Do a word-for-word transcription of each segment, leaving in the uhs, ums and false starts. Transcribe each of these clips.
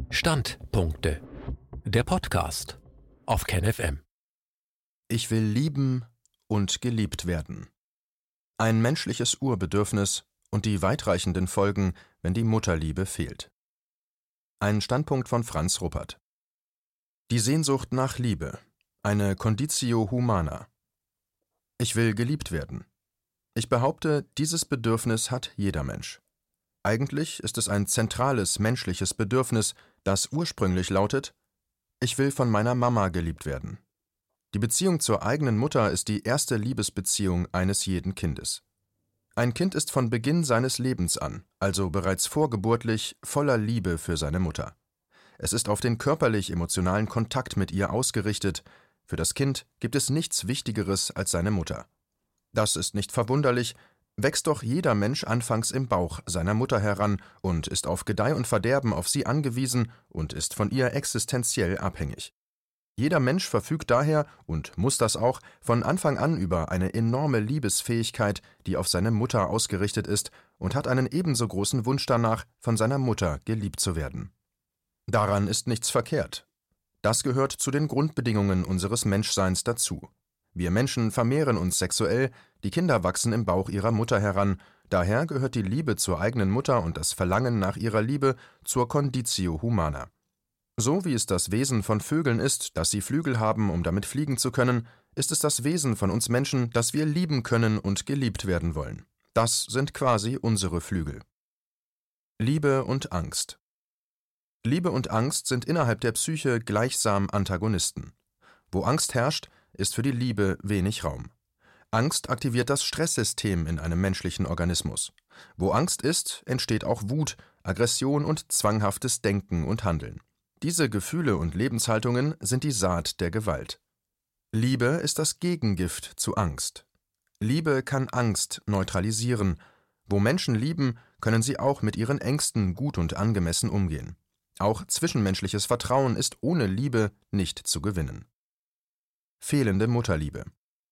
Standpunkte. Der Podcast auf KenFM. M. Ich will lieben und geliebt werden. Ein menschliches Urbedürfnis und die weitreichenden Folgen, wenn die Mutterliebe fehlt. Ein Standpunkt von Franz Ruppert. Die Sehnsucht nach Liebe, eine Conditio humana. Ich will geliebt werden. Ich behaupte, dieses Bedürfnis hat jeder Mensch. Eigentlich ist es ein zentrales menschliches Bedürfnis, das ursprünglich lautet: Ich will von meiner Mama geliebt werden. Die Beziehung zur eigenen Mutter ist die erste Liebesbeziehung eines jeden Kindes. Ein Kind ist von Beginn seines Lebens an, also bereits vorgeburtlich, voller Liebe für seine Mutter. Es ist auf den körperlich-emotionalen Kontakt mit ihr ausgerichtet. Für das Kind gibt es nichts Wichtigeres als seine Mutter. Das ist nicht verwunderlich, wächst doch jeder Mensch anfangs im Bauch seiner Mutter heran und ist auf Gedeih und Verderben auf sie angewiesen und ist von ihr existenziell abhängig. Jeder Mensch verfügt daher, und muss das auch, von Anfang an über eine enorme Liebesfähigkeit, die auf seine Mutter ausgerichtet ist, und hat einen ebenso großen Wunsch danach, von seiner Mutter geliebt zu werden. Daran ist nichts verkehrt. Das gehört zu den Grundbedingungen unseres Menschseins dazu. Wir Menschen vermehren uns sexuell, die Kinder wachsen im Bauch ihrer Mutter heran, daher gehört die Liebe zur eigenen Mutter und das Verlangen nach ihrer Liebe zur Conditio humana. So wie es das Wesen von Vögeln ist, dass sie Flügel haben, um damit fliegen zu können, ist es das Wesen von uns Menschen, dass wir lieben können und geliebt werden wollen. Das sind quasi unsere Flügel. Liebe und Angst. Liebe und Angst sind innerhalb der Psyche gleichsam Antagonisten. Wo Angst herrscht, ist für die Liebe wenig Raum. Angst aktiviert das Stresssystem in einem menschlichen Organismus. Wo Angst ist, entsteht auch Wut, Aggression und zwanghaftes Denken und Handeln. Diese Gefühle und Lebenshaltungen sind die Saat der Gewalt. Liebe ist das Gegengift zu Angst. Liebe kann Angst neutralisieren. Wo Menschen lieben, können sie auch mit ihren Ängsten gut und angemessen umgehen. Auch zwischenmenschliches Vertrauen ist ohne Liebe nicht zu gewinnen. Fehlende Mutterliebe.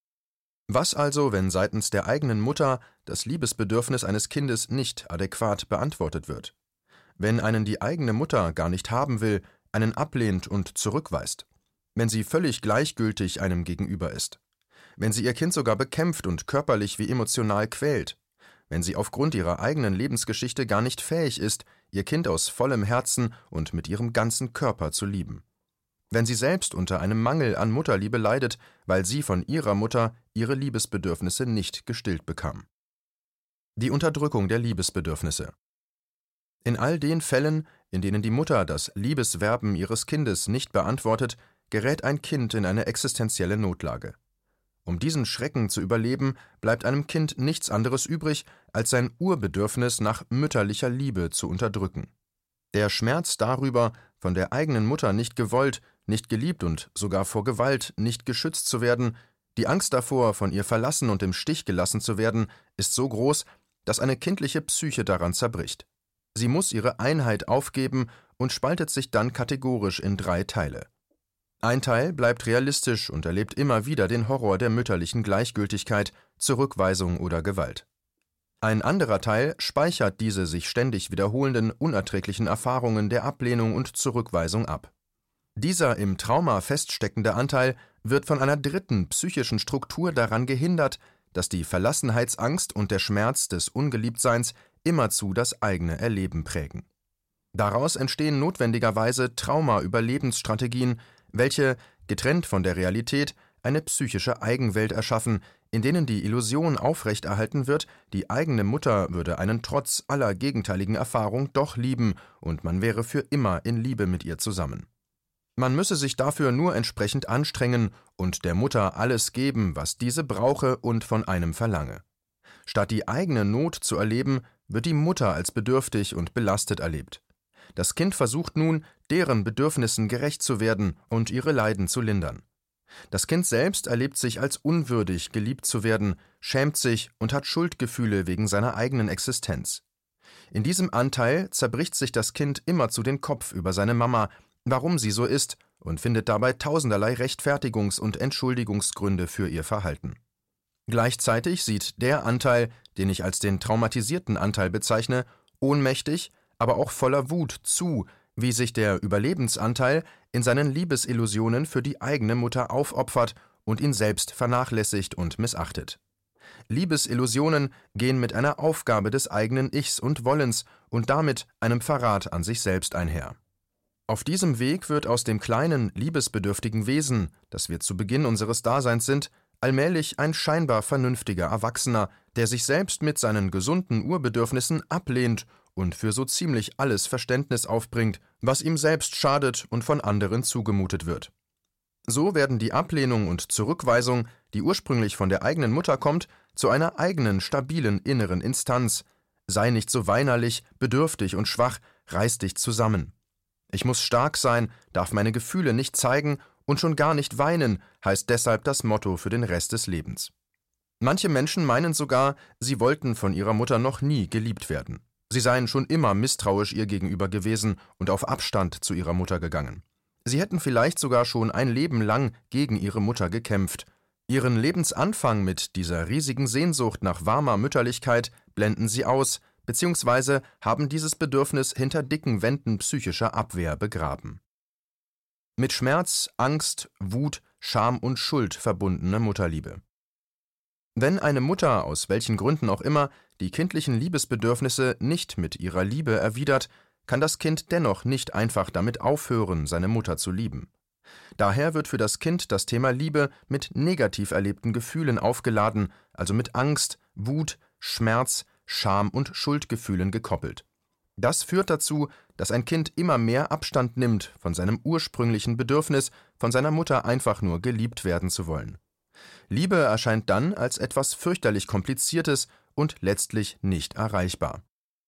Was also, wenn seitens der eigenen Mutter das Liebesbedürfnis eines Kindes nicht adäquat beantwortet wird? Wenn einen die eigene Mutter gar nicht haben will, einen ablehnt und zurückweist? Wenn sie völlig gleichgültig einem gegenüber ist? Wenn sie ihr Kind sogar bekämpft und körperlich wie emotional quält? Wenn sie aufgrund ihrer eigenen Lebensgeschichte gar nicht fähig ist, ihr Kind aus vollem Herzen und mit ihrem ganzen Körper zu lieben? Wenn sie selbst unter einem Mangel an Mutterliebe leidet, weil sie von ihrer Mutter ihre Liebesbedürfnisse nicht gestillt bekam. Die Unterdrückung der Liebesbedürfnisse. In all den Fällen, in denen die Mutter das Liebeswerben ihres Kindes nicht beantwortet, gerät ein Kind in eine existenzielle Notlage. Um diesen Schrecken zu überleben, bleibt einem Kind nichts anderes übrig, als sein Urbedürfnis nach mütterlicher Liebe zu unterdrücken. Der Schmerz darüber, von der eigenen Mutter nicht gewollt, nicht geliebt und sogar vor Gewalt nicht geschützt zu werden, die Angst davor, von ihr verlassen und im Stich gelassen zu werden, ist so groß, dass eine kindliche Psyche daran zerbricht. Sie muss ihre Einheit aufgeben und spaltet sich dann kategorisch in drei Teile. Ein Teil bleibt realistisch und erlebt immer wieder den Horror der mütterlichen Gleichgültigkeit, Zurückweisung oder Gewalt. Ein anderer Teil speichert diese sich ständig wiederholenden, unerträglichen Erfahrungen der Ablehnung und Zurückweisung ab. Dieser im Trauma feststeckende Anteil wird von einer dritten psychischen Struktur daran gehindert, dass die Verlassenheitsangst und der Schmerz des Ungeliebtseins immerzu das eigene Erleben prägen. Daraus entstehen notwendigerweise Trauma-Überlebensstrategien, welche, getrennt von der Realität, eine psychische Eigenwelt erschaffen, in denen die Illusion aufrechterhalten wird, die eigene Mutter würde einen trotz aller gegenteiligen Erfahrung doch lieben und man wäre für immer in Liebe mit ihr zusammen. Man müsse sich dafür nur entsprechend anstrengen und der Mutter alles geben, was diese brauche und von einem verlange. Statt die eigene Not zu erleben, wird die Mutter als bedürftig und belastet erlebt. Das Kind versucht nun, deren Bedürfnissen gerecht zu werden und ihre Leiden zu lindern. Das Kind selbst erlebt sich als unwürdig, geliebt zu werden, schämt sich und hat Schuldgefühle wegen seiner eigenen Existenz. In diesem Anteil zerbricht sich das Kind immerzu den Kopf über seine Mama, warum sie so ist, und findet dabei tausenderlei Rechtfertigungs- und Entschuldigungsgründe für ihr Verhalten. Gleichzeitig sieht der Anteil, den ich als den traumatisierten Anteil bezeichne, ohnmächtig, aber auch voller Wut zu, wie sich der Überlebensanteil in seinen Liebesillusionen für die eigene Mutter aufopfert und ihn selbst vernachlässigt und missachtet. Liebesillusionen gehen mit einer Aufgabe des eigenen Ichs und Wollens und damit einem Verrat an sich selbst einher. Auf diesem Weg wird aus dem kleinen, liebesbedürftigen Wesen, das wir zu Beginn unseres Daseins sind, allmählich ein scheinbar vernünftiger Erwachsener, der sich selbst mit seinen gesunden Urbedürfnissen ablehnt und für so ziemlich alles Verständnis aufbringt, was ihm selbst schadet und von anderen zugemutet wird. So werden die Ablehnung und Zurückweisung, die ursprünglich von der eigenen Mutter kommt, zu einer eigenen, stabilen inneren Instanz. Sei nicht so weinerlich, bedürftig und schwach, reiß dich zusammen. Ich muss stark sein, darf meine Gefühle nicht zeigen und schon gar nicht weinen, heißt deshalb das Motto für den Rest des Lebens. Manche Menschen meinen sogar, sie wollten von ihrer Mutter noch nie geliebt werden. Sie seien schon immer misstrauisch ihr gegenüber gewesen und auf Abstand zu ihrer Mutter gegangen. Sie hätten vielleicht sogar schon ein Leben lang gegen ihre Mutter gekämpft. Ihren Lebensanfang mit dieser riesigen Sehnsucht nach warmer Mütterlichkeit blenden sie aus, beziehungsweise haben dieses Bedürfnis hinter dicken Wänden psychischer Abwehr begraben. Mit Schmerz, Angst, Wut, Scham und Schuld verbundene Mutterliebe. Wenn eine Mutter, aus welchen Gründen auch immer, die kindlichen Liebesbedürfnisse nicht mit ihrer Liebe erwidert, kann das Kind dennoch nicht einfach damit aufhören, seine Mutter zu lieben. Daher wird für das Kind das Thema Liebe mit negativ erlebten Gefühlen aufgeladen, also mit Angst, Wut, Schmerz, Scham und Schuldgefühlen gekoppelt. Das führt dazu, dass ein Kind immer mehr Abstand nimmt von seinem ursprünglichen Bedürfnis, von seiner Mutter einfach nur geliebt werden zu wollen. Liebe erscheint dann als etwas fürchterlich Kompliziertes und letztlich nicht erreichbar.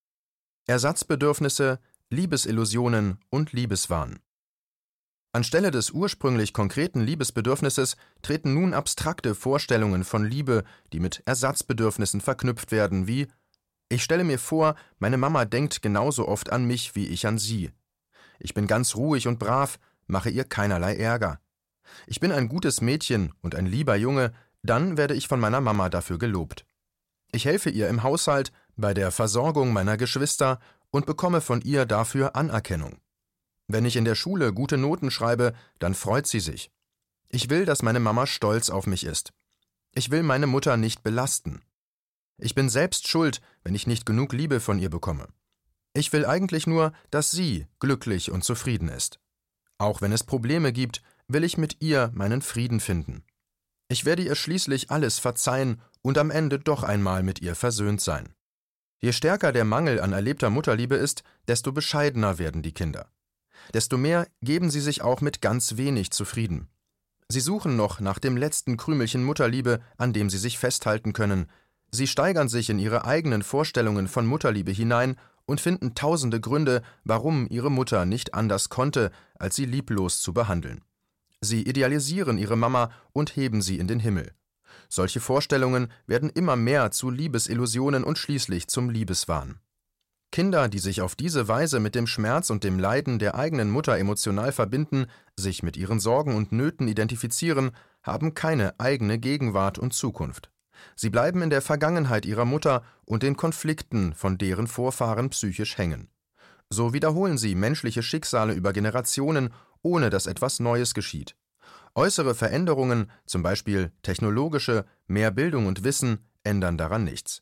Ersatzbedürfnisse, Liebesillusionen und Liebeswahn. Anstelle des ursprünglich konkreten Liebesbedürfnisses treten nun abstrakte Vorstellungen von Liebe, die mit Ersatzbedürfnissen verknüpft werden, wie: Ich stelle mir vor, meine Mama denkt genauso oft an mich wie ich an sie. Ich bin ganz ruhig und brav, mache ihr keinerlei Ärger. Ich bin ein gutes Mädchen und ein lieber Junge, dann werde ich von meiner Mama dafür gelobt. Ich helfe ihr im Haushalt, bei der Versorgung meiner Geschwister und bekomme von ihr dafür Anerkennung. Wenn ich in der Schule gute Noten schreibe, dann freut sie sich. Ich will, dass meine Mama stolz auf mich ist. Ich will meine Mutter nicht belasten. Ich bin selbst schuld, wenn ich nicht genug Liebe von ihr bekomme. Ich will eigentlich nur, dass sie glücklich und zufrieden ist. Auch wenn es Probleme gibt, will ich mit ihr meinen Frieden finden. Ich werde ihr schließlich alles verzeihen und am Ende doch einmal mit ihr versöhnt sein. Je stärker der Mangel an erlebter Mutterliebe ist, desto bescheidener werden die Kinder. Desto mehr geben sie sich auch mit ganz wenig zufrieden. Sie suchen noch nach dem letzten Krümelchen Mutterliebe, an dem sie sich festhalten können. Sie steigern sich in ihre eigenen Vorstellungen von Mutterliebe hinein und finden tausende Gründe, warum ihre Mutter nicht anders konnte, als sie lieblos zu behandeln. Sie idealisieren ihre Mama und heben sie in den Himmel. Solche Vorstellungen werden immer mehr zu Liebesillusionen und schließlich zum Liebeswahn. Kinder, die sich auf diese Weise mit dem Schmerz und dem Leiden der eigenen Mutter emotional verbinden, sich mit ihren Sorgen und Nöten identifizieren, haben keine eigene Gegenwart und Zukunft. Sie bleiben in der Vergangenheit ihrer Mutter und den Konflikten, von deren Vorfahren psychisch hängen. So wiederholen sie menschliche Schicksale über Generationen, ohne dass etwas Neues geschieht. Äußere Veränderungen, zum Beispiel technologische, mehr Bildung und Wissen, ändern daran nichts.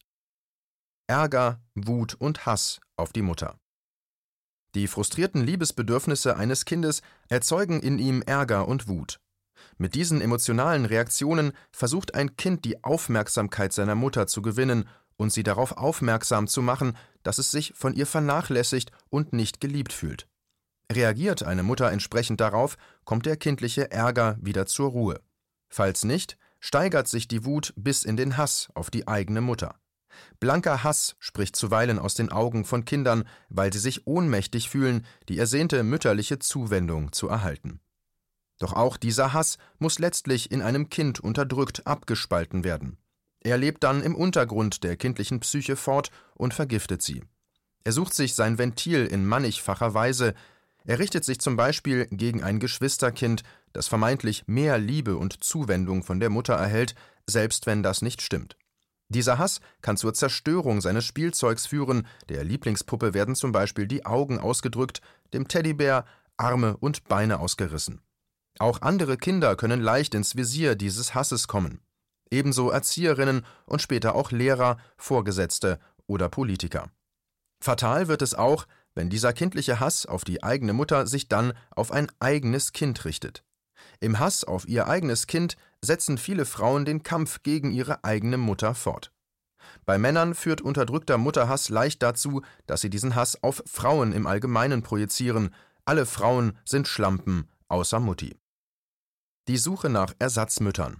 Ärger, Wut und Hass auf die Mutter. Die frustrierten Liebesbedürfnisse eines Kindes erzeugen in ihm Ärger und Wut. Mit diesen emotionalen Reaktionen versucht ein Kind die Aufmerksamkeit seiner Mutter zu gewinnen und sie darauf aufmerksam zu machen, dass es sich von ihr vernachlässigt und nicht geliebt fühlt. Reagiert eine Mutter entsprechend darauf, kommt der kindliche Ärger wieder zur Ruhe. Falls nicht, steigert sich die Wut bis in den Hass auf die eigene Mutter. Blanker Hass spricht zuweilen aus den Augen von Kindern, weil sie sich ohnmächtig fühlen, die ersehnte mütterliche Zuwendung zu erhalten. Doch auch dieser Hass muss letztlich in einem Kind unterdrückt abgespalten werden. Er lebt dann im Untergrund der kindlichen Psyche fort und vergiftet sie. Er sucht sich sein Ventil in mannigfacher Weise. Er richtet sich zum Beispiel gegen ein Geschwisterkind, das vermeintlich mehr Liebe und Zuwendung von der Mutter erhält, selbst wenn das nicht stimmt. Dieser Hass kann zur Zerstörung seines Spielzeugs führen, der Lieblingspuppe werden zum Beispiel die Augen ausgedrückt, dem Teddybär Arme und Beine ausgerissen. Auch andere Kinder können leicht ins Visier dieses Hasses kommen. Ebenso Erzieherinnen und später auch Lehrer, Vorgesetzte oder Politiker. Fatal wird es auch, wenn dieser kindliche Hass auf die eigene Mutter sich dann auf ein eigenes Kind richtet. Im Hass auf ihr eigenes Kind setzen viele Frauen den Kampf gegen ihre eigene Mutter fort. Bei Männern führt unterdrückter Mutterhass leicht dazu, dass sie diesen Hass auf Frauen im Allgemeinen projizieren. Alle Frauen sind Schlampen, außer Mutti. Die Suche nach Ersatzmüttern.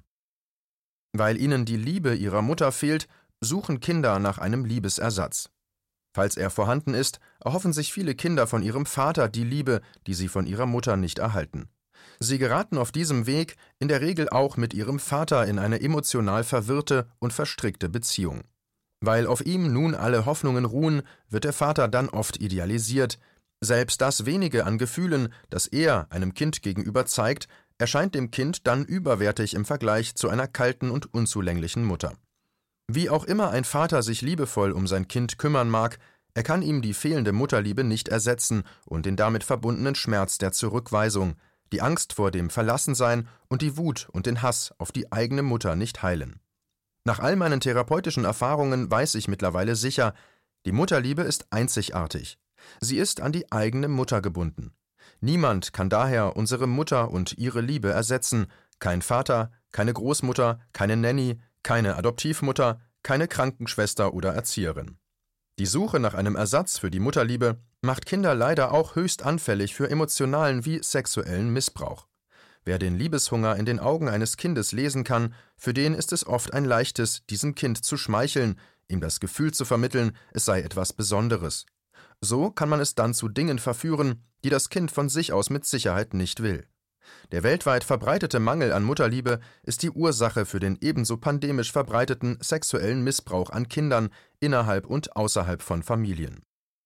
Weil ihnen die Liebe ihrer Mutter fehlt, suchen Kinder nach einem Liebesersatz. Falls er vorhanden ist, erhoffen sich viele Kinder von ihrem Vater die Liebe, die sie von ihrer Mutter nicht erhalten. Sie geraten auf diesem Weg in der Regel auch mit ihrem Vater in eine emotional verwirrte und verstrickte Beziehung. Weil auf ihm nun alle Hoffnungen ruhen, wird der Vater dann oft idealisiert. Selbst das Wenige an Gefühlen, das er einem Kind gegenüber zeigt, erscheint dem Kind dann überwertig im Vergleich zu einer kalten und unzulänglichen Mutter. Wie auch immer ein Vater sich liebevoll um sein Kind kümmern mag, er kann ihm die fehlende Mutterliebe nicht ersetzen und den damit verbundenen Schmerz der Zurückweisung, die Angst vor dem Verlassensein und die Wut und den Hass auf die eigene Mutter nicht heilen. Nach all meinen therapeutischen Erfahrungen weiß ich mittlerweile sicher, die Mutterliebe ist einzigartig. Sie ist an die eigene Mutter gebunden. Niemand kann daher unsere Mutter und ihre Liebe ersetzen, kein Vater, keine Großmutter, keine Nanny, keine Adoptivmutter, keine Krankenschwester oder Erzieherin. Die Suche nach einem Ersatz für die Mutterliebe macht Kinder leider auch höchst anfällig für emotionalen wie sexuellen Missbrauch. Wer den Liebeshunger in den Augen eines Kindes lesen kann, für den ist es oft ein leichtes, diesem Kind zu schmeicheln, ihm das Gefühl zu vermitteln, es sei etwas Besonderes. So kann man es dann zu Dingen verführen, die das Kind von sich aus mit Sicherheit nicht will. Der weltweit verbreitete Mangel an Mutterliebe ist die Ursache für den ebenso pandemisch verbreiteten sexuellen Missbrauch an Kindern innerhalb und außerhalb von Familien.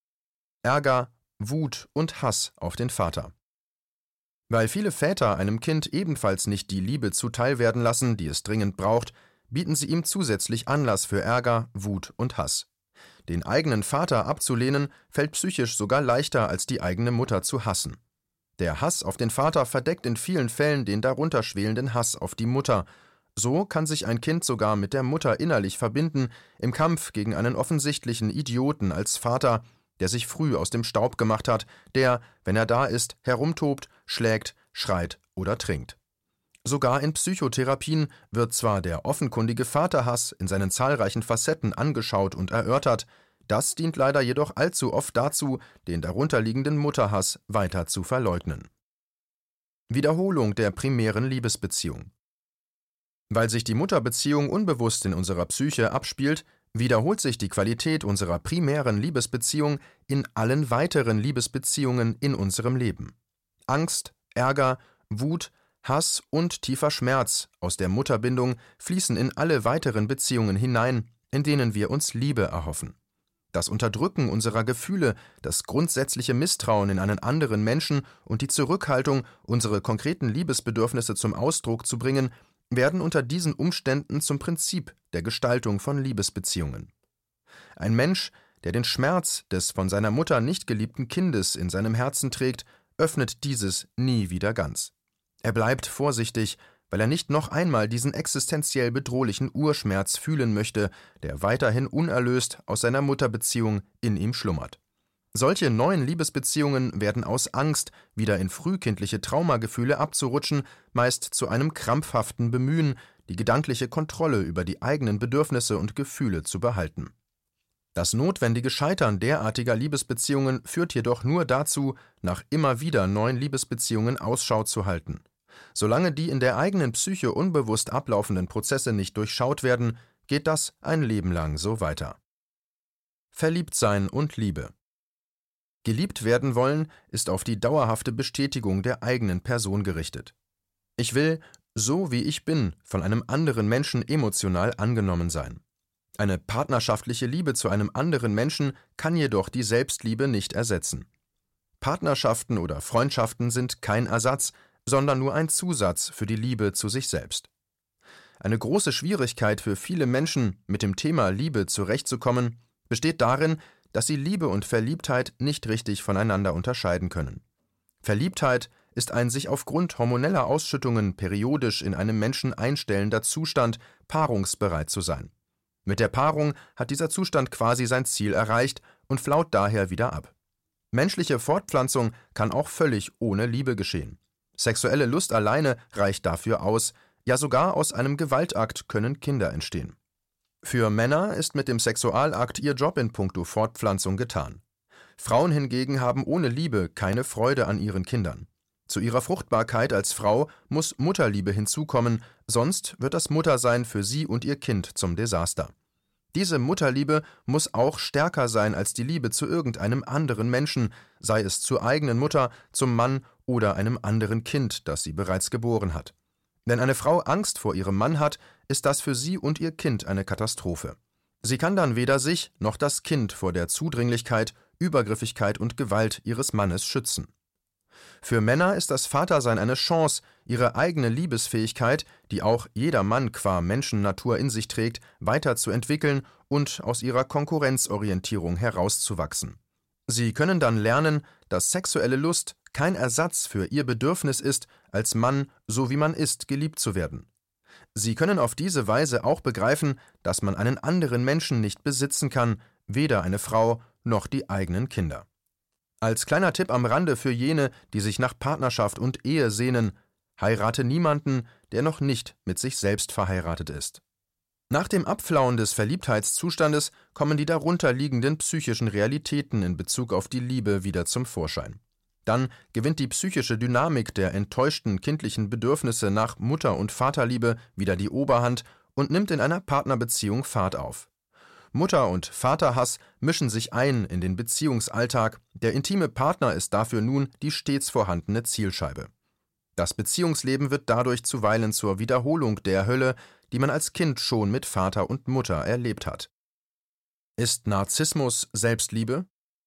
Ärger, Wut und Hass auf den Vater. Weil viele Väter einem Kind ebenfalls nicht die Liebe zuteilwerden lassen, die es dringend braucht, bieten sie ihm zusätzlich Anlass für Ärger, Wut und Hass. Den eigenen Vater abzulehnen, fällt psychisch sogar leichter als die eigene Mutter zu hassen. Der Hass auf den Vater verdeckt in vielen Fällen den darunter schwelenden Hass auf die Mutter. So kann sich ein Kind sogar mit der Mutter innerlich verbinden, im Kampf gegen einen offensichtlichen Idioten als Vater, der sich früh aus dem Staub gemacht hat, der, wenn er da ist, herumtobt, schlägt, schreit oder trinkt. Sogar in Psychotherapien wird zwar der offenkundige Vaterhass in seinen zahlreichen Facetten angeschaut und erörtert, das dient leider jedoch allzu oft dazu, den darunterliegenden Mutterhass weiter zu verleugnen. Wiederholung der primären Liebesbeziehung. Weil sich die Mutterbeziehung unbewusst in unserer Psyche abspielt, wiederholt sich die Qualität unserer primären Liebesbeziehung in allen weiteren Liebesbeziehungen in unserem Leben. Angst, Ärger, Wut, Hass und tiefer Schmerz aus der Mutterbindung fließen in alle weiteren Beziehungen hinein, in denen wir uns Liebe erhoffen. Das Unterdrücken unserer Gefühle, das grundsätzliche Misstrauen in einen anderen Menschen und die Zurückhaltung, unsere konkreten Liebesbedürfnisse zum Ausdruck zu bringen, werden unter diesen Umständen zum Prinzip der Gestaltung von Liebesbeziehungen. Ein Mensch, der den Schmerz des von seiner Mutter nicht geliebten Kindes in seinem Herzen trägt, öffnet dieses nie wieder ganz. Er bleibt vorsichtig, weil er nicht noch einmal diesen existenziell bedrohlichen Urschmerz fühlen möchte, der weiterhin unerlöst aus seiner Mutterbeziehung in ihm schlummert. Solche neuen Liebesbeziehungen werden aus Angst, wieder in frühkindliche Traumagefühle abzurutschen, meist zu einem krampfhaften Bemühen, die gedankliche Kontrolle über die eigenen Bedürfnisse und Gefühle zu behalten. Das notwendige Scheitern derartiger Liebesbeziehungen führt jedoch nur dazu, nach immer wieder neuen Liebesbeziehungen Ausschau zu halten. Solange die in der eigenen Psyche unbewusst ablaufenden Prozesse nicht durchschaut werden, geht das ein Leben lang so weiter. Verliebtsein und Liebe. Geliebt werden wollen ist auf die dauerhafte Bestätigung der eigenen Person gerichtet. Ich will, so wie ich bin, von einem anderen Menschen emotional angenommen sein. Eine partnerschaftliche Liebe zu einem anderen Menschen kann jedoch die Selbstliebe nicht ersetzen. Partnerschaften oder Freundschaften sind kein Ersatz, sondern nur ein Zusatz für die Liebe zu sich selbst. Eine große Schwierigkeit für viele Menschen, mit dem Thema Liebe zurechtzukommen, besteht darin, dass sie Liebe und Verliebtheit nicht richtig voneinander unterscheiden können. Verliebtheit ist ein sich aufgrund hormoneller Ausschüttungen periodisch in einem Menschen einstellender Zustand, paarungsbereit zu sein. Mit der Paarung hat dieser Zustand quasi sein Ziel erreicht und flaut daher wieder ab. Menschliche Fortpflanzung kann auch völlig ohne Liebe geschehen. Sexuelle Lust alleine reicht dafür aus, ja sogar aus einem Gewaltakt können Kinder entstehen. Für Männer ist mit dem Sexualakt ihr Job in puncto Fortpflanzung getan. Frauen hingegen haben ohne Liebe keine Freude an ihren Kindern. Zu ihrer Fruchtbarkeit als Frau muss Mutterliebe hinzukommen, sonst wird das Muttersein für sie und ihr Kind zum Desaster. Diese Mutterliebe muss auch stärker sein als die Liebe zu irgendeinem anderen Menschen, sei es zur eigenen Mutter, zum Mann oder einem anderen Kind, das sie bereits geboren hat. Wenn eine Frau Angst vor ihrem Mann hat, ist das für sie und ihr Kind eine Katastrophe. Sie kann dann weder sich noch das Kind vor der Zudringlichkeit, Übergriffigkeit und Gewalt ihres Mannes schützen. Für Männer ist das Vatersein eine Chance, ihre eigene Liebesfähigkeit, die auch jeder Mann qua Menschennatur in sich trägt, weiterzuentwickeln und aus ihrer Konkurrenzorientierung herauszuwachsen. Sie können dann lernen, dass sexuelle Lust kein Ersatz für ihr Bedürfnis ist, als Mann, so wie man ist, geliebt zu werden. Sie können auf diese Weise auch begreifen, dass man einen anderen Menschen nicht besitzen kann, weder eine Frau noch die eigenen Kinder. Als kleiner Tipp am Rande für jene, die sich nach Partnerschaft und Ehe sehnen: Heirate niemanden, der noch nicht mit sich selbst verheiratet ist. Nach dem Abflauen des Verliebtheitszustandes kommen die darunter liegenden psychischen Realitäten in Bezug auf die Liebe wieder zum Vorschein. Dann gewinnt die psychische Dynamik der enttäuschten kindlichen Bedürfnisse nach Mutter- und Vaterliebe wieder die Oberhand und nimmt in einer Partnerbeziehung Fahrt auf. Mutter- und Vaterhass mischen sich ein in den Beziehungsalltag, der intime Partner ist dafür nun die stets vorhandene Zielscheibe. Das Beziehungsleben wird dadurch zuweilen zur Wiederholung der Hölle, die man als Kind schon mit Vater und Mutter erlebt hat. Ist Narzissmus Selbstliebe?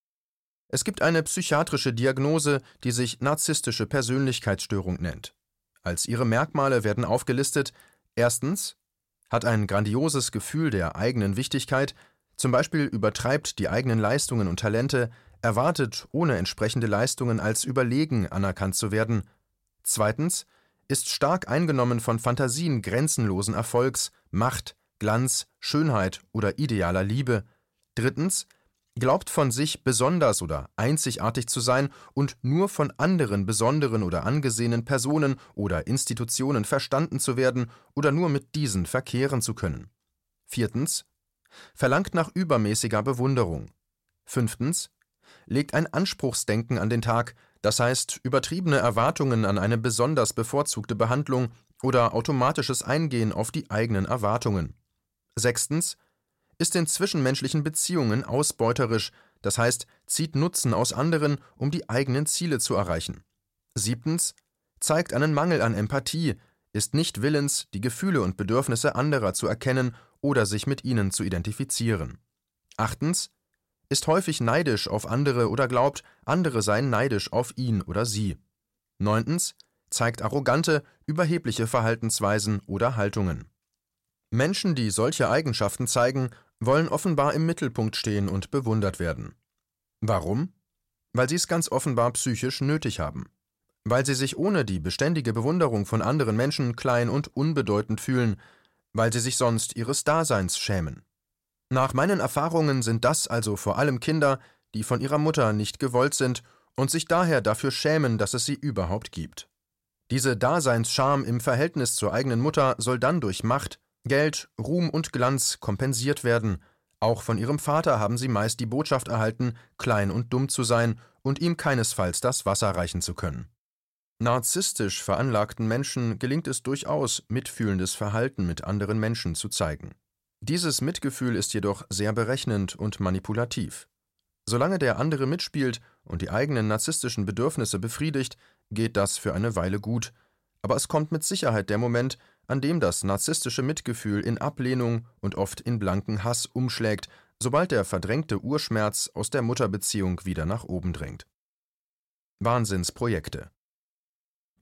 Es gibt eine psychiatrische Diagnose, die sich narzisstische Persönlichkeitsstörung nennt. Als ihre Merkmale werden aufgelistet: Erstens, hat ein grandioses Gefühl der eigenen Wichtigkeit, zum Beispiel übertreibt die eigenen Leistungen und Talente, erwartet, ohne entsprechende Leistungen als überlegen anerkannt zu werden. Zweitens, ist stark eingenommen von Fantasien grenzenlosen Erfolgs, Macht, Glanz, Schönheit oder idealer Liebe. Drittens, glaubt von sich besonders oder einzigartig zu sein und nur von anderen besonderen oder angesehenen Personen oder Institutionen verstanden zu werden oder nur mit diesen verkehren zu können. Viertens, verlangt nach übermäßiger Bewunderung. Fünftens, legt ein Anspruchsdenken an den Tag, das heißt übertriebene Erwartungen an eine besonders bevorzugte Behandlung oder automatisches Eingehen auf die eigenen Erwartungen. Sechstens, ist in zwischenmenschlichen Beziehungen ausbeuterisch, das heißt, zieht Nutzen aus anderen, um die eigenen Ziele zu erreichen. Siebtens, zeigt einen Mangel an Empathie, ist nicht willens, die Gefühle und Bedürfnisse anderer zu erkennen oder sich mit ihnen zu identifizieren. Achtens, ist häufig neidisch auf andere oder glaubt, andere seien neidisch auf ihn oder sie. Neuntens, zeigt arrogante, überhebliche Verhaltensweisen oder Haltungen. Menschen, die solche Eigenschaften zeigen, wollen offenbar im Mittelpunkt stehen und bewundert werden. Warum? Weil sie es ganz offenbar psychisch nötig haben. Weil sie sich ohne die beständige Bewunderung von anderen Menschen klein und unbedeutend fühlen, weil sie sich sonst ihres Daseins schämen. Nach meinen Erfahrungen sind das also vor allem Kinder, die von ihrer Mutter nicht gewollt sind und sich daher dafür schämen, dass es sie überhaupt gibt. Diese Daseinsscham im Verhältnis zur eigenen Mutter soll dann durch Macht, Geld, Ruhm und Glanz kompensiert werden. Auch von ihrem Vater haben sie meist die Botschaft erhalten, klein und dumm zu sein und ihm keinesfalls das Wasser reichen zu können. Narzisstisch veranlagten Menschen gelingt es durchaus, mitfühlendes Verhalten mit anderen Menschen zu zeigen. Dieses Mitgefühl ist jedoch sehr berechnend und manipulativ. Solange der andere mitspielt und die eigenen narzisstischen Bedürfnisse befriedigt, geht das für eine Weile gut. Aber es kommt mit Sicherheit der Moment, an dem das narzisstische Mitgefühl in Ablehnung und oft in blanken Hass umschlägt, sobald der verdrängte Urschmerz aus der Mutterbeziehung wieder nach oben drängt. Wahnsinnsprojekte.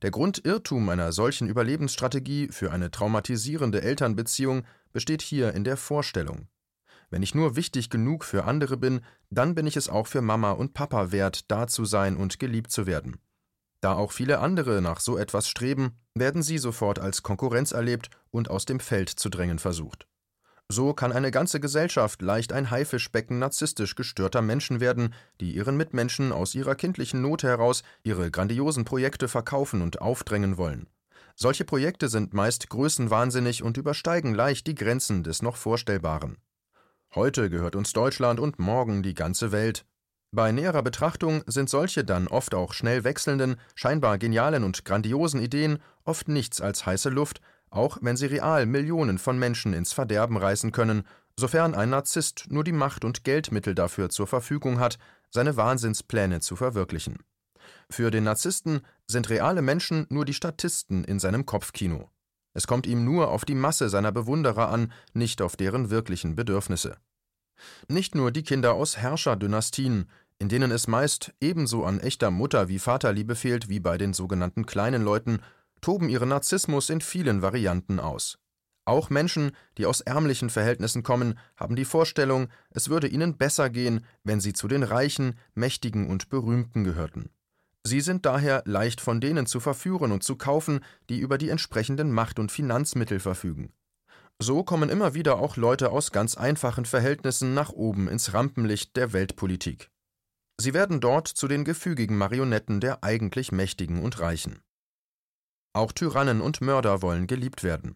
Der Grundirrtum einer solchen Überlebensstrategie für eine traumatisierende Elternbeziehung besteht hier in der Vorstellung: Wenn ich nur wichtig genug für andere bin, dann bin ich es auch für Mama und Papa wert, da zu sein und geliebt zu werden. Da auch viele andere nach so etwas streben, werden sie sofort als Konkurrenz erlebt und aus dem Feld zu drängen versucht. So kann eine ganze Gesellschaft leicht ein Haifischbecken narzisstisch gestörter Menschen werden, die ihren Mitmenschen aus ihrer kindlichen Not heraus ihre grandiosen Projekte verkaufen und aufdrängen wollen. Solche Projekte sind meist größenwahnsinnig und übersteigen leicht die Grenzen des noch Vorstellbaren. Heute gehört uns Deutschland und morgen die ganze Welt. Bei näherer Betrachtung sind solche dann oft auch schnell wechselnden, scheinbar genialen und grandiosen Ideen oft nichts als heiße Luft, auch wenn sie real Millionen von Menschen ins Verderben reißen können, sofern ein Narzisst nur die Macht und Geldmittel dafür zur Verfügung hat, seine Wahnsinnspläne zu verwirklichen. Für den Narzissten sind reale Menschen nur die Statisten in seinem Kopfkino. Es kommt ihm nur auf die Masse seiner Bewunderer an, nicht auf deren wirklichen Bedürfnisse. Nicht nur die Kinder aus Herrscherdynastien, in denen es meist ebenso an echter Mutter- wie Vaterliebe fehlt wie bei den sogenannten kleinen Leuten, toben ihren Narzissmus in vielen Varianten aus. Auch Menschen, die aus ärmlichen Verhältnissen kommen, haben die Vorstellung, es würde ihnen besser gehen, wenn sie zu den Reichen, Mächtigen und Berühmten gehörten. Sie sind daher leicht von denen zu verführen und zu kaufen, die über die entsprechenden Macht- und Finanzmittel verfügen. So kommen immer wieder auch Leute aus ganz einfachen Verhältnissen nach oben ins Rampenlicht der Weltpolitik. Sie werden dort zu den gefügigen Marionetten der eigentlich Mächtigen und Reichen. Auch Tyrannen und Mörder wollen geliebt werden.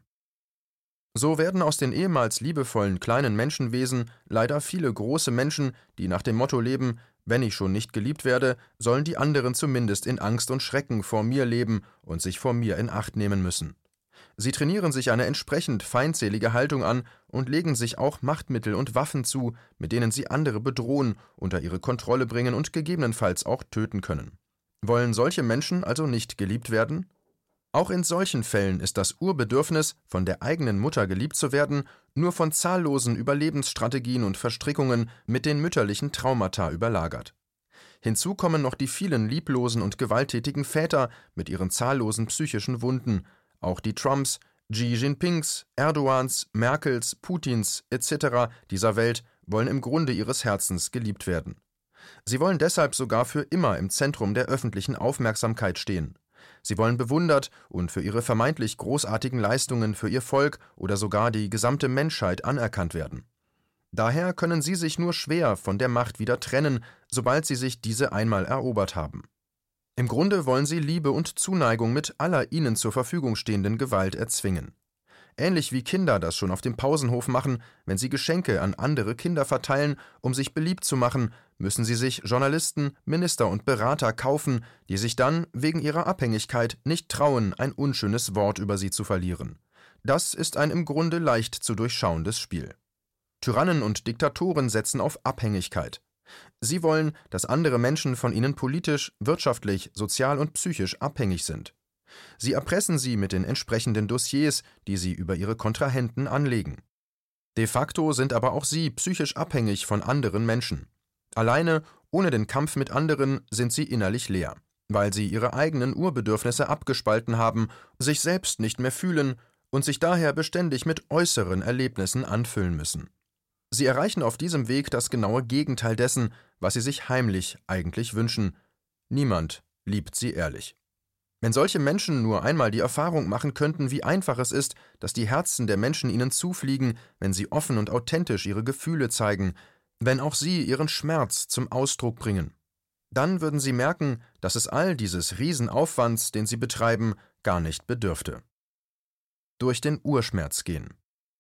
So werden aus den ehemals liebevollen kleinen Menschenwesen leider viele große Menschen, die nach dem Motto leben: Wenn ich schon nicht geliebt werde, sollen die anderen zumindest in Angst und Schrecken vor mir leben und sich vor mir in Acht nehmen müssen. Sie trainieren sich eine entsprechend feindselige Haltung an und legen sich auch Machtmittel und Waffen zu, mit denen sie andere bedrohen, unter ihre Kontrolle bringen und gegebenenfalls auch töten können. Wollen solche Menschen also nicht geliebt werden? Auch in solchen Fällen ist das Urbedürfnis, von der eigenen Mutter geliebt zu werden, nur von zahllosen Überlebensstrategien und Verstrickungen mit den mütterlichen Traumata überlagert. Hinzu kommen noch die vielen lieblosen und gewalttätigen Väter mit ihren zahllosen psychischen Wunden. Auch die Trumps, Xi Jinpings, Erdogans, Merkels, Putins et cetera dieser Welt wollen im Grunde ihres Herzens geliebt werden. Sie wollen deshalb sogar für immer im Zentrum der öffentlichen Aufmerksamkeit stehen. Sie wollen bewundert und für ihre vermeintlich großartigen Leistungen für ihr Volk oder sogar die gesamte Menschheit anerkannt werden. Daher können sie sich nur schwer von der Macht wieder trennen, sobald sie sich diese einmal erobert haben. Im Grunde wollen sie Liebe und Zuneigung mit aller ihnen zur Verfügung stehenden Gewalt erzwingen. Ähnlich wie Kinder das schon auf dem Pausenhof machen, wenn sie Geschenke an andere Kinder verteilen, um sich beliebt zu machen, müssen sie sich Journalisten, Minister und Berater kaufen, die sich dann wegen ihrer Abhängigkeit nicht trauen, ein unschönes Wort über sie zu verlieren. Das ist ein im Grunde leicht zu durchschauendes Spiel. Tyrannen und Diktatoren setzen auf Abhängigkeit. Sie wollen, dass andere Menschen von ihnen politisch, wirtschaftlich, sozial und psychisch abhängig sind. Sie erpressen sie mit den entsprechenden Dossiers, die sie über ihre Kontrahenten anlegen. De facto sind aber auch sie psychisch abhängig von anderen Menschen. Alleine, ohne den Kampf mit anderen, sind sie innerlich leer, weil sie ihre eigenen Urbedürfnisse abgespalten haben, sich selbst nicht mehr fühlen und sich daher beständig mit äußeren Erlebnissen anfüllen müssen. Sie erreichen auf diesem Weg das genaue Gegenteil dessen, was sie sich heimlich eigentlich wünschen. Niemand liebt sie ehrlich. Wenn solche Menschen nur einmal die Erfahrung machen könnten, wie einfach es ist, dass die Herzen der Menschen ihnen zufliegen, wenn sie offen und authentisch ihre Gefühle zeigen, wenn auch sie ihren Schmerz zum Ausdruck bringen, dann würden sie merken, dass es all dieses Riesenaufwands, den sie betreiben, gar nicht bedürfte. Durch den Urschmerz gehen.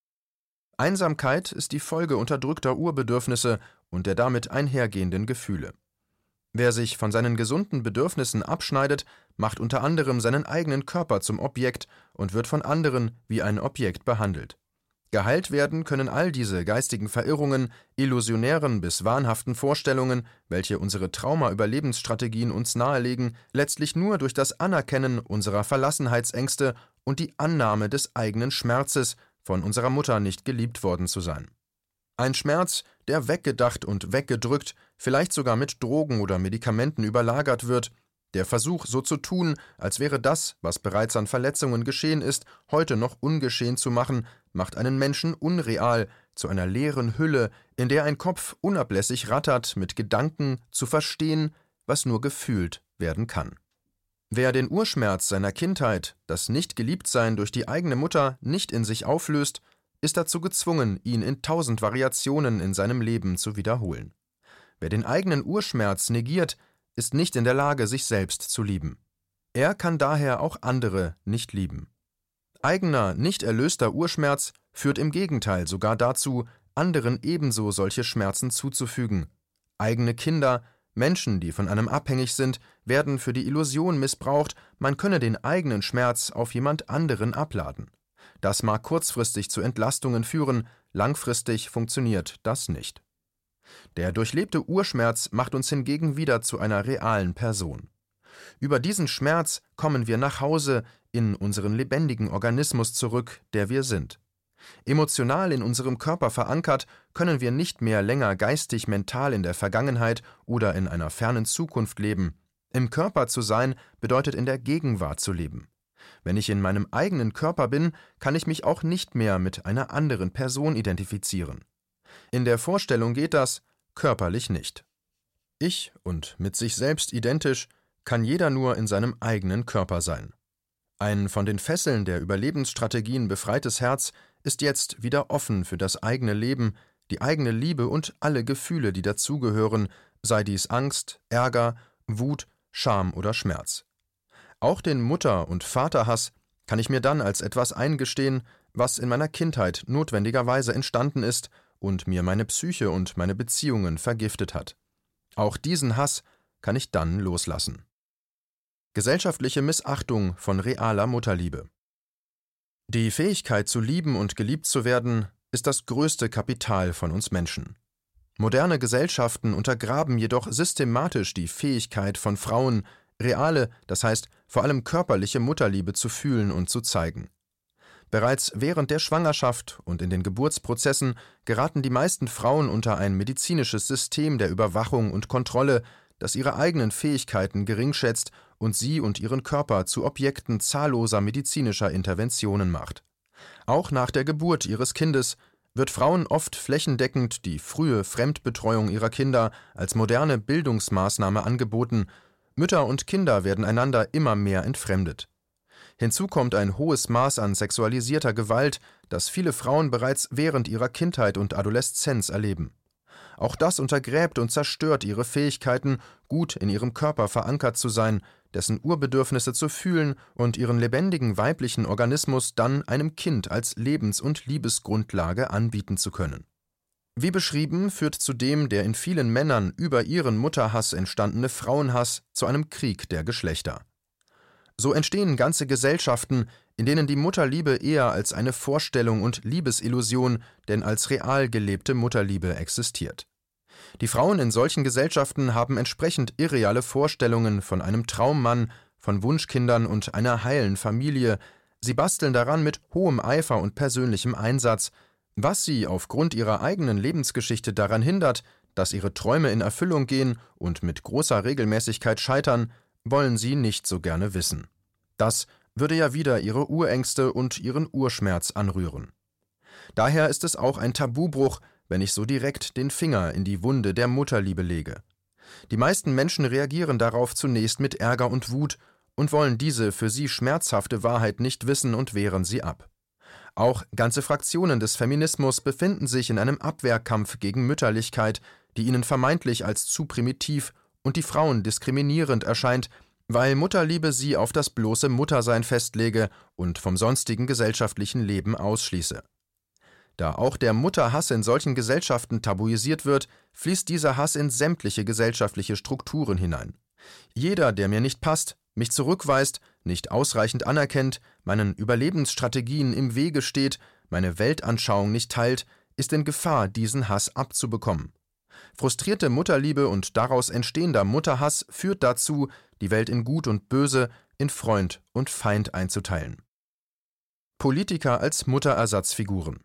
Einsamkeit ist die Folge unterdrückter Urbedürfnisse und der damit einhergehenden Gefühle. Wer sich von seinen gesunden Bedürfnissen abschneidet, macht unter anderem seinen eigenen Körper zum Objekt und wird von anderen wie ein Objekt behandelt. Geheilt werden können all diese geistigen Verirrungen, illusionären bis wahnhaften Vorstellungen, welche unsere Trauma-Überlebensstrategien uns nahelegen, letztlich nur durch das Anerkennen unserer Verlassenheitsängste und die Annahme des eigenen Schmerzes, von unserer Mutter nicht geliebt worden zu sein. Ein Schmerz, der weggedacht und weggedrückt, vielleicht sogar mit Drogen oder Medikamenten überlagert wird, Der Versuch, so zu tun, als wäre das, was bereits an Verletzungen geschehen ist, heute noch ungeschehen zu machen, macht einen Menschen unreal, zu einer leeren Hülle, in der ein Kopf unablässig rattert, mit Gedanken zu verstehen, was nur gefühlt werden kann. Wer den Urschmerz seiner Kindheit, das Nicht-Geliebtsein durch die eigene Mutter, nicht in sich auflöst, ist dazu gezwungen, ihn in tausend Variationen in seinem Leben zu wiederholen. Wer den eigenen Urschmerz negiert, ist nicht in der Lage, sich selbst zu lieben. Er kann daher auch andere nicht lieben. Eigener, nicht erlöster Urschmerz führt im Gegenteil sogar dazu, anderen ebenso solche Schmerzen zuzufügen. Eigene Kinder, Menschen, die von einem abhängig sind, werden für die Illusion missbraucht, man könne den eigenen Schmerz auf jemand anderen abladen. Das mag kurzfristig zu Entlastungen führen, langfristig funktioniert das nicht. Der durchlebte Urschmerz macht uns hingegen wieder zu einer realen Person. Über diesen Schmerz kommen wir nach Hause in unseren lebendigen Organismus zurück, der wir sind. Emotional in unserem Körper verankert, können wir nicht mehr länger geistig-mental in der Vergangenheit oder in einer fernen Zukunft leben. Im Körper zu sein, bedeutet in der Gegenwart zu leben. Wenn ich in meinem eigenen Körper bin, kann ich mich auch nicht mehr mit einer anderen Person identifizieren. In der Vorstellung geht das, körperlich nicht. Ich und mit sich selbst identisch kann jeder nur in seinem eigenen Körper sein. Ein von den Fesseln der Überlebensstrategien befreites Herz ist jetzt wieder offen für das eigene Leben, die eigene Liebe und alle Gefühle, die dazugehören, sei dies Angst, Ärger, Wut, Scham oder Schmerz. Auch den Mutter- und Vaterhass kann ich mir dann als etwas eingestehen, was in meiner Kindheit notwendigerweise entstanden ist und mir meine Psyche und meine Beziehungen vergiftet hat. Auch diesen Hass kann ich dann loslassen. Gesellschaftliche Missachtung von realer Mutterliebe. Die Fähigkeit zu lieben und geliebt zu werden, ist das größte Kapital von uns Menschen. Moderne Gesellschaften untergraben jedoch systematisch die Fähigkeit von Frauen, reale, das heißt vor allem körperliche Mutterliebe zu fühlen und zu zeigen. Bereits während der Schwangerschaft und in den Geburtsprozessen geraten die meisten Frauen unter ein medizinisches System der Überwachung und Kontrolle, das ihre eigenen Fähigkeiten geringschätzt und sie und ihren Körper zu Objekten zahlloser medizinischer Interventionen macht. Auch nach der Geburt ihres Kindes wird Frauen oft flächendeckend die frühe Fremdbetreuung ihrer Kinder als moderne Bildungsmaßnahme angeboten. Mütter und Kinder werden einander immer mehr entfremdet. Hinzu kommt ein hohes Maß an sexualisierter Gewalt, das viele Frauen bereits während ihrer Kindheit und Adoleszenz erleben. Auch das untergräbt und zerstört ihre Fähigkeiten, gut in ihrem Körper verankert zu sein, dessen Urbedürfnisse zu fühlen und ihren lebendigen weiblichen Organismus dann einem Kind als Lebens- und Liebesgrundlage anbieten zu können. Wie beschrieben, führt zudem der in vielen Männern über ihren Mutterhass entstandene Frauenhass zu einem Krieg der Geschlechter. So entstehen ganze Gesellschaften, in denen die Mutterliebe eher als eine Vorstellung und Liebesillusion denn als real gelebte Mutterliebe existiert. Die Frauen in solchen Gesellschaften haben entsprechend irreale Vorstellungen von einem Traummann, von Wunschkindern und einer heilen Familie. Sie basteln daran mit hohem Eifer und persönlichem Einsatz, was sie aufgrund ihrer eigenen Lebensgeschichte daran hindert, dass ihre Träume in Erfüllung gehen und mit großer Regelmäßigkeit scheitern, wollen sie nicht so gerne wissen. Das würde ja wieder ihre Urängste und ihren Urschmerz anrühren. Daher ist es auch ein Tabubruch, wenn ich so direkt den Finger in die Wunde der Mutterliebe lege. Die meisten Menschen reagieren darauf zunächst mit Ärger und Wut und wollen diese für sie schmerzhafte Wahrheit nicht wissen und wehren sie ab. Auch ganze Fraktionen des Feminismus befinden sich in einem Abwehrkampf gegen Mütterlichkeit, die ihnen vermeintlich als zu primitiv und die Frauen diskriminierend erscheint, weil Mutterliebe sie auf das bloße Muttersein festlege und vom sonstigen gesellschaftlichen Leben ausschließe. Da auch der Mutterhass in solchen Gesellschaften tabuisiert wird, fließt dieser Hass in sämtliche gesellschaftliche Strukturen hinein. Jeder, der mir nicht passt, mich zurückweist, nicht ausreichend anerkennt, meinen Überlebensstrategien im Wege steht, meine Weltanschauung nicht teilt, ist in Gefahr, diesen Hass abzubekommen. Frustrierte Mutterliebe und daraus entstehender Mutterhass führt dazu, die Welt in Gut und Böse, in Freund und Feind einzuteilen. Politiker als Mutterersatzfiguren.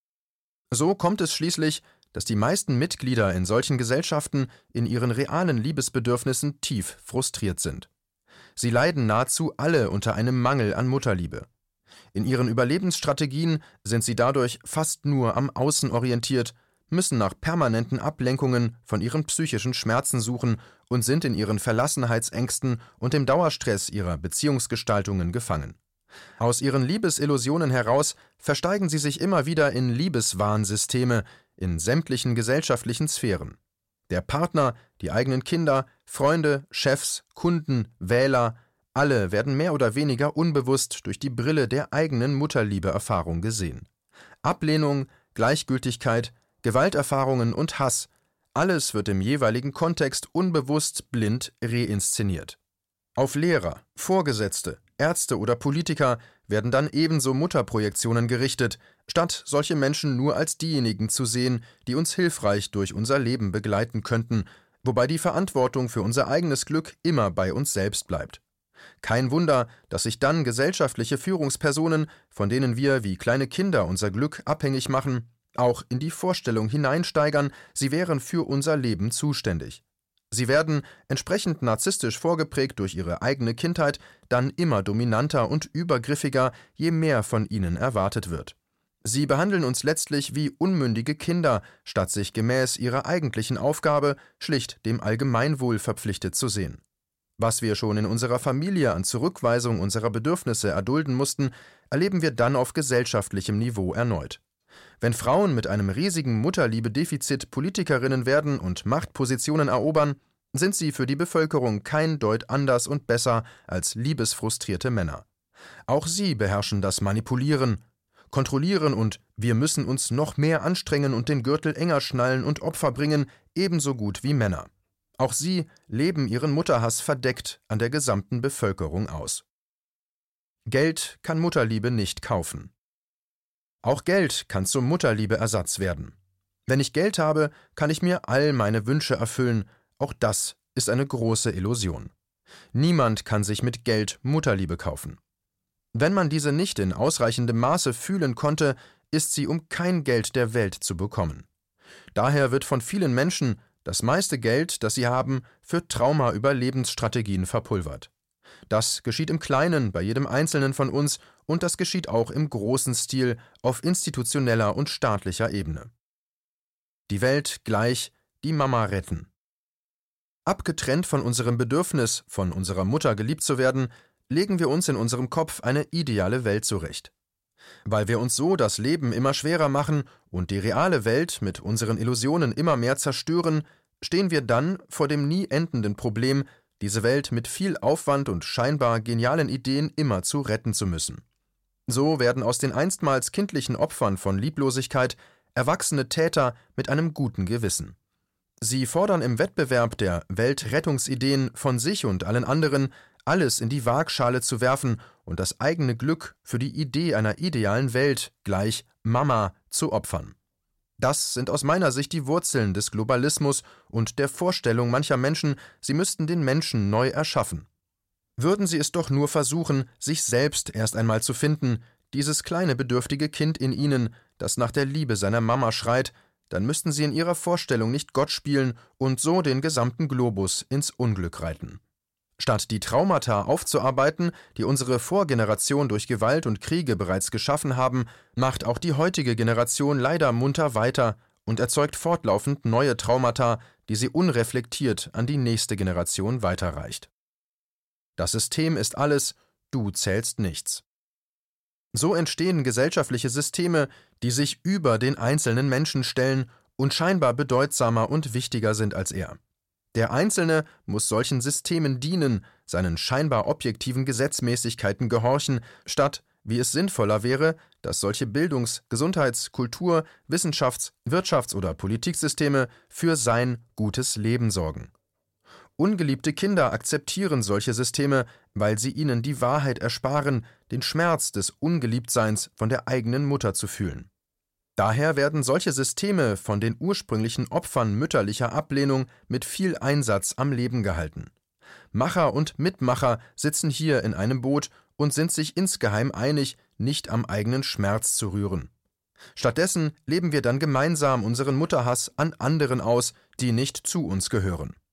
So kommt es schließlich, dass die meisten Mitglieder in solchen Gesellschaften in ihren realen Liebesbedürfnissen tief frustriert sind. Sie leiden nahezu alle unter einem Mangel an Mutterliebe. In ihren Überlebensstrategien sind sie dadurch fast nur am Außen orientiert, müssen nach permanenten Ablenkungen von ihren psychischen Schmerzen suchen und sind in ihren Verlassenheitsängsten und dem Dauerstress ihrer Beziehungsgestaltungen gefangen. Aus ihren Liebesillusionen heraus versteigen sie sich immer wieder in Liebeswahnsysteme in sämtlichen gesellschaftlichen Sphären. Der Partner, die eigenen Kinder, Freunde, Chefs, Kunden, Wähler, alle werden mehr oder weniger unbewusst durch die Brille der eigenen Mutterliebe-Erfahrung gesehen. Ablehnung, Gleichgültigkeit, Gewalterfahrungen und Hass, alles wird im jeweiligen Kontext unbewusst blind reinszeniert. Auf Lehrer, Vorgesetzte, Ärzte oder Politiker werden dann ebenso Mutterprojektionen gerichtet, statt solche Menschen nur als diejenigen zu sehen, die uns hilfreich durch unser Leben begleiten könnten, wobei die Verantwortung für unser eigenes Glück immer bei uns selbst bleibt. Kein Wunder, dass sich dann gesellschaftliche Führungspersonen, von denen wir wie kleine Kinder unser Glück abhängig machen, auch in die Vorstellung hineinsteigern, sie wären für unser Leben zuständig. Sie werden, entsprechend narzisstisch vorgeprägt durch ihre eigene Kindheit, dann immer dominanter und übergriffiger, je mehr von ihnen erwartet wird. Sie behandeln uns letztlich wie unmündige Kinder, statt sich gemäß ihrer eigentlichen Aufgabe schlicht dem Allgemeinwohl verpflichtet zu sehen. Was wir schon in unserer Familie an Zurückweisung unserer Bedürfnisse erdulden mussten, erleben wir dann auf gesellschaftlichem Niveau erneut. Wenn Frauen mit einem riesigen Mutterliebe-Defizit Politikerinnen werden und Machtpositionen erobern, sind sie für die Bevölkerung kein Deut anders und besser als liebesfrustrierte Männer. Auch sie beherrschen das Manipulieren, Kontrollieren und wir müssen uns noch mehr anstrengen und den Gürtel enger schnallen und Opfer bringen, ebenso gut wie Männer. Auch sie leben ihren Mutterhass verdeckt an der gesamten Bevölkerung aus. Geld kann Mutterliebe nicht kaufen. Auch Geld kann zum Mutterliebeersatz werden. Wenn ich Geld habe, kann ich mir all meine Wünsche erfüllen. Auch das ist eine große Illusion. Niemand kann sich mit Geld Mutterliebe kaufen. Wenn man diese nicht in ausreichendem Maße fühlen konnte, ist sie um kein Geld der Welt zu bekommen. Daher wird von vielen Menschen das meiste Geld, das sie haben, für Trauma-Überlebensstrategien verpulvert. Das geschieht im Kleinen bei jedem Einzelnen von uns und das geschieht auch im großen Stil auf institutioneller und staatlicher Ebene. Die Welt gleich, die Mama retten. Abgetrennt von unserem Bedürfnis, von unserer Mutter geliebt zu werden, legen wir uns in unserem Kopf eine ideale Welt zurecht. Weil wir uns so das Leben immer schwerer machen und die reale Welt mit unseren Illusionen immer mehr zerstören, stehen wir dann vor dem nie endenden Problem, diese Welt mit viel Aufwand und scheinbar genialen Ideen immer zu retten zu müssen. So werden aus den einstmals kindlichen Opfern von Lieblosigkeit erwachsene Täter mit einem guten Gewissen. Sie fordern im Wettbewerb der Weltrettungsideen von sich und allen anderen, alles in die Waagschale zu werfen und das eigene Glück für die Idee einer idealen Welt, gleich Mama, zu opfern. Das sind aus meiner Sicht die Wurzeln des Globalismus und der Vorstellung mancher Menschen, sie müssten den Menschen neu erschaffen. Würden sie es doch nur versuchen, sich selbst erst einmal zu finden, dieses kleine bedürftige Kind in ihnen, das nach der Liebe seiner Mama schreit, dann müssten sie in ihrer Vorstellung nicht Gott spielen und so den gesamten Globus ins Unglück reiten. Statt die Traumata aufzuarbeiten, die unsere Vorgeneration durch Gewalt und Kriege bereits geschaffen haben, macht auch die heutige Generation leider munter weiter und erzeugt fortlaufend neue Traumata, die sie unreflektiert an die nächste Generation weiterreicht. Das System ist alles, du zählst nichts. So entstehen gesellschaftliche Systeme, die sich über den einzelnen Menschen stellen und scheinbar bedeutsamer und wichtiger sind als er. Der Einzelne muss solchen Systemen dienen, seinen scheinbar objektiven Gesetzmäßigkeiten gehorchen, statt, wie es sinnvoller wäre, dass solche Bildungs-, Gesundheits-, Kultur-, Wissenschafts-, Wirtschafts- oder Politiksysteme für sein gutes Leben sorgen. Ungeliebte Kinder akzeptieren solche Systeme, weil sie ihnen die Wahrheit ersparen, den Schmerz des Ungeliebtseins von der eigenen Mutter zu fühlen. Daher werden solche Systeme von den ursprünglichen Opfern mütterlicher Ablehnung mit viel Einsatz am Leben gehalten. Macher und Mitmacher sitzen hier in einem Boot und sind sich insgeheim einig, nicht am eigenen Schmerz zu rühren. Stattdessen leben wir dann gemeinsam unseren Mutterhass an anderen aus, die nicht zu uns gehören.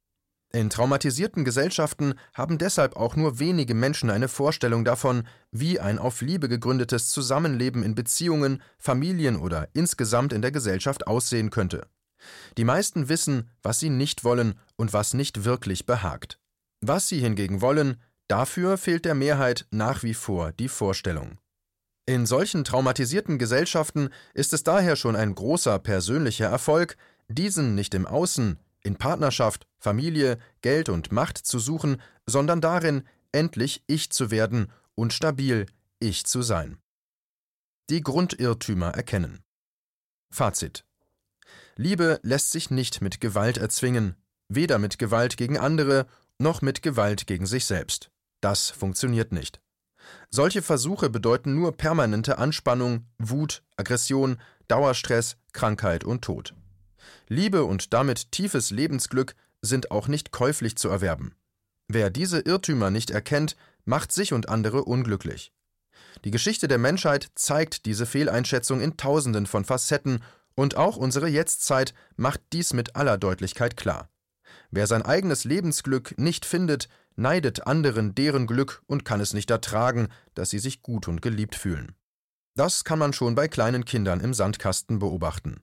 In traumatisierten Gesellschaften haben deshalb auch nur wenige Menschen eine Vorstellung davon, wie ein auf Liebe gegründetes Zusammenleben in Beziehungen, Familien oder insgesamt in der Gesellschaft aussehen könnte. Die meisten wissen, was sie nicht wollen und was nicht wirklich behagt. Was sie hingegen wollen, dafür fehlt der Mehrheit nach wie vor die Vorstellung. In solchen traumatisierten Gesellschaften ist es daher schon ein großer persönlicher Erfolg, diesen nicht im Außen, in Partnerschaft, Familie, Geld und Macht zu suchen, sondern darin, endlich Ich zu werden und stabil Ich zu sein. Die Grundirrtümer erkennen. Fazit: Liebe lässt sich nicht mit Gewalt erzwingen, weder mit Gewalt gegen andere, noch mit Gewalt gegen sich selbst. Das funktioniert nicht. Solche Versuche bedeuten nur permanente Anspannung, Wut, Aggression, Dauerstress, Krankheit und Tod. Liebe und damit tiefes Lebensglück sind auch nicht käuflich zu erwerben. Wer diese Irrtümer nicht erkennt, macht sich und andere unglücklich. Die Geschichte der Menschheit zeigt diese Fehleinschätzung in Tausenden von Facetten und auch unsere Jetztzeit macht dies mit aller Deutlichkeit klar. Wer sein eigenes Lebensglück nicht findet, neidet anderen deren Glück und kann es nicht ertragen, dass sie sich gut und geliebt fühlen. Das kann man schon bei kleinen Kindern im Sandkasten beobachten.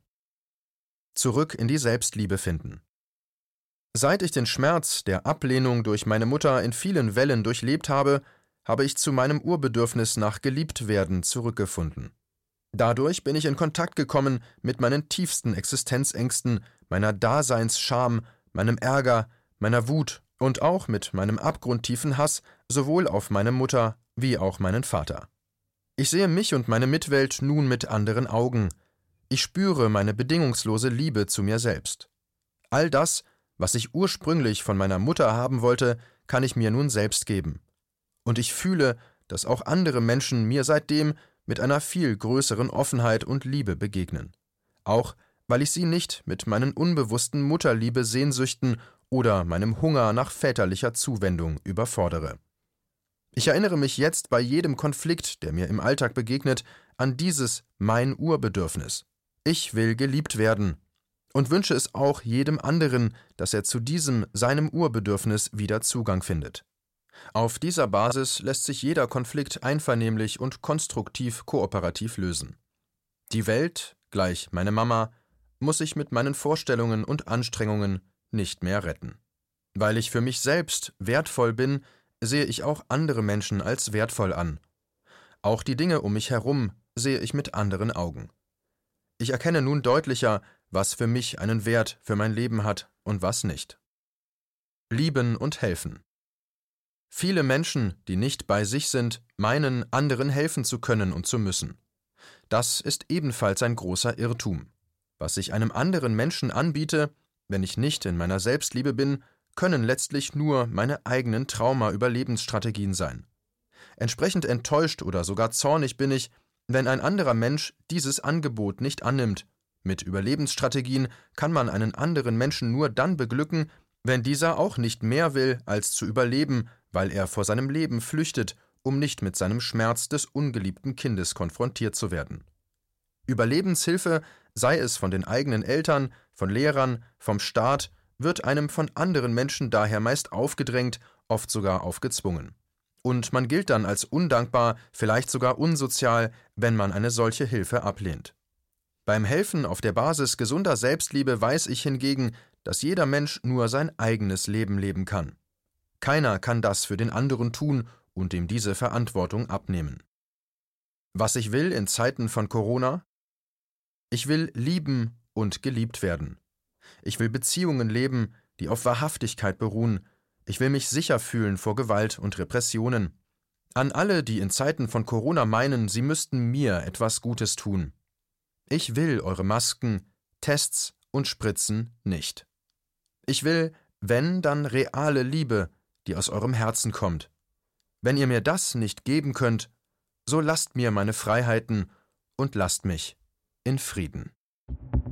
Zurück in die Selbstliebe finden. Seit ich den Schmerz der Ablehnung durch meine Mutter in vielen Wellen durchlebt habe, habe ich zu meinem Urbedürfnis nach Geliebtwerden zurückgefunden. Dadurch bin ich in Kontakt gekommen mit meinen tiefsten Existenzängsten, meiner Daseinsscham, meinem Ärger, meiner Wut und auch mit meinem abgrundtiefen Hass sowohl auf meine Mutter wie auch meinen Vater. Ich sehe mich und meine Mitwelt nun mit anderen Augen. Ich spüre meine bedingungslose Liebe zu mir selbst. All das, was ich ursprünglich von meiner Mutter haben wollte, kann ich mir nun selbst geben. Und ich fühle, dass auch andere Menschen mir seitdem mit einer viel größeren Offenheit und Liebe begegnen. Auch weil ich sie nicht mit meinen unbewussten Mutterliebe-Sehnsüchten oder meinem Hunger nach väterlicher Zuwendung überfordere. Ich erinnere mich jetzt bei jedem Konflikt, der mir im Alltag begegnet, an dieses mein Urbedürfnis. Ich will geliebt werden und wünsche es auch jedem anderen, dass er zu diesem seinem Urbedürfnis wieder Zugang findet. Auf dieser Basis lässt sich jeder Konflikt einvernehmlich und konstruktiv kooperativ lösen. Die Welt, gleich meine Mama, muss ich mit meinen Vorstellungen und Anstrengungen nicht mehr retten. Weil ich für mich selbst wertvoll bin, sehe ich auch andere Menschen als wertvoll an. Auch die Dinge um mich herum sehe ich mit anderen Augen. Ich erkenne nun deutlicher, was für mich einen Wert für mein Leben hat und was nicht. Lieben und helfen. Viele Menschen, die nicht bei sich sind, meinen, anderen helfen zu können und zu müssen. Das ist ebenfalls ein großer Irrtum. Was ich einem anderen Menschen anbiete, wenn ich nicht in meiner Selbstliebe bin, können letztlich nur meine eigenen Trauma-Überlebensstrategien sein. Entsprechend enttäuscht oder sogar zornig bin ich, wenn ein anderer Mensch dieses Angebot nicht annimmt. Mit Überlebensstrategien kann man einen anderen Menschen nur dann beglücken, wenn dieser auch nicht mehr will, als zu überleben, weil er vor seinem Leben flüchtet, um nicht mit seinem Schmerz des ungeliebten Kindes konfrontiert zu werden. Überlebenshilfe, sei es von den eigenen Eltern, von Lehrern, vom Staat, wird einem von anderen Menschen daher meist aufgedrängt, oft sogar aufgezwungen. Und man gilt dann als undankbar, vielleicht sogar unsozial, wenn man eine solche Hilfe ablehnt. Beim Helfen auf der Basis gesunder Selbstliebe weiß ich hingegen, dass jeder Mensch nur sein eigenes Leben leben kann. Keiner kann das für den anderen tun und ihm diese Verantwortung abnehmen. Was ich will in Zeiten von Corona? Ich will lieben und geliebt werden. Ich will Beziehungen leben, die auf Wahrhaftigkeit beruhen. Ich will mich sicher fühlen vor Gewalt und Repressionen. An alle, die in Zeiten von Corona meinen, sie müssten mir etwas Gutes tun. Ich will eure Masken, Tests und Spritzen nicht. Ich will, wenn, dann reale Liebe, die aus eurem Herzen kommt. Wenn ihr mir das nicht geben könnt, so lasst mir meine Freiheiten und lasst mich in Frieden.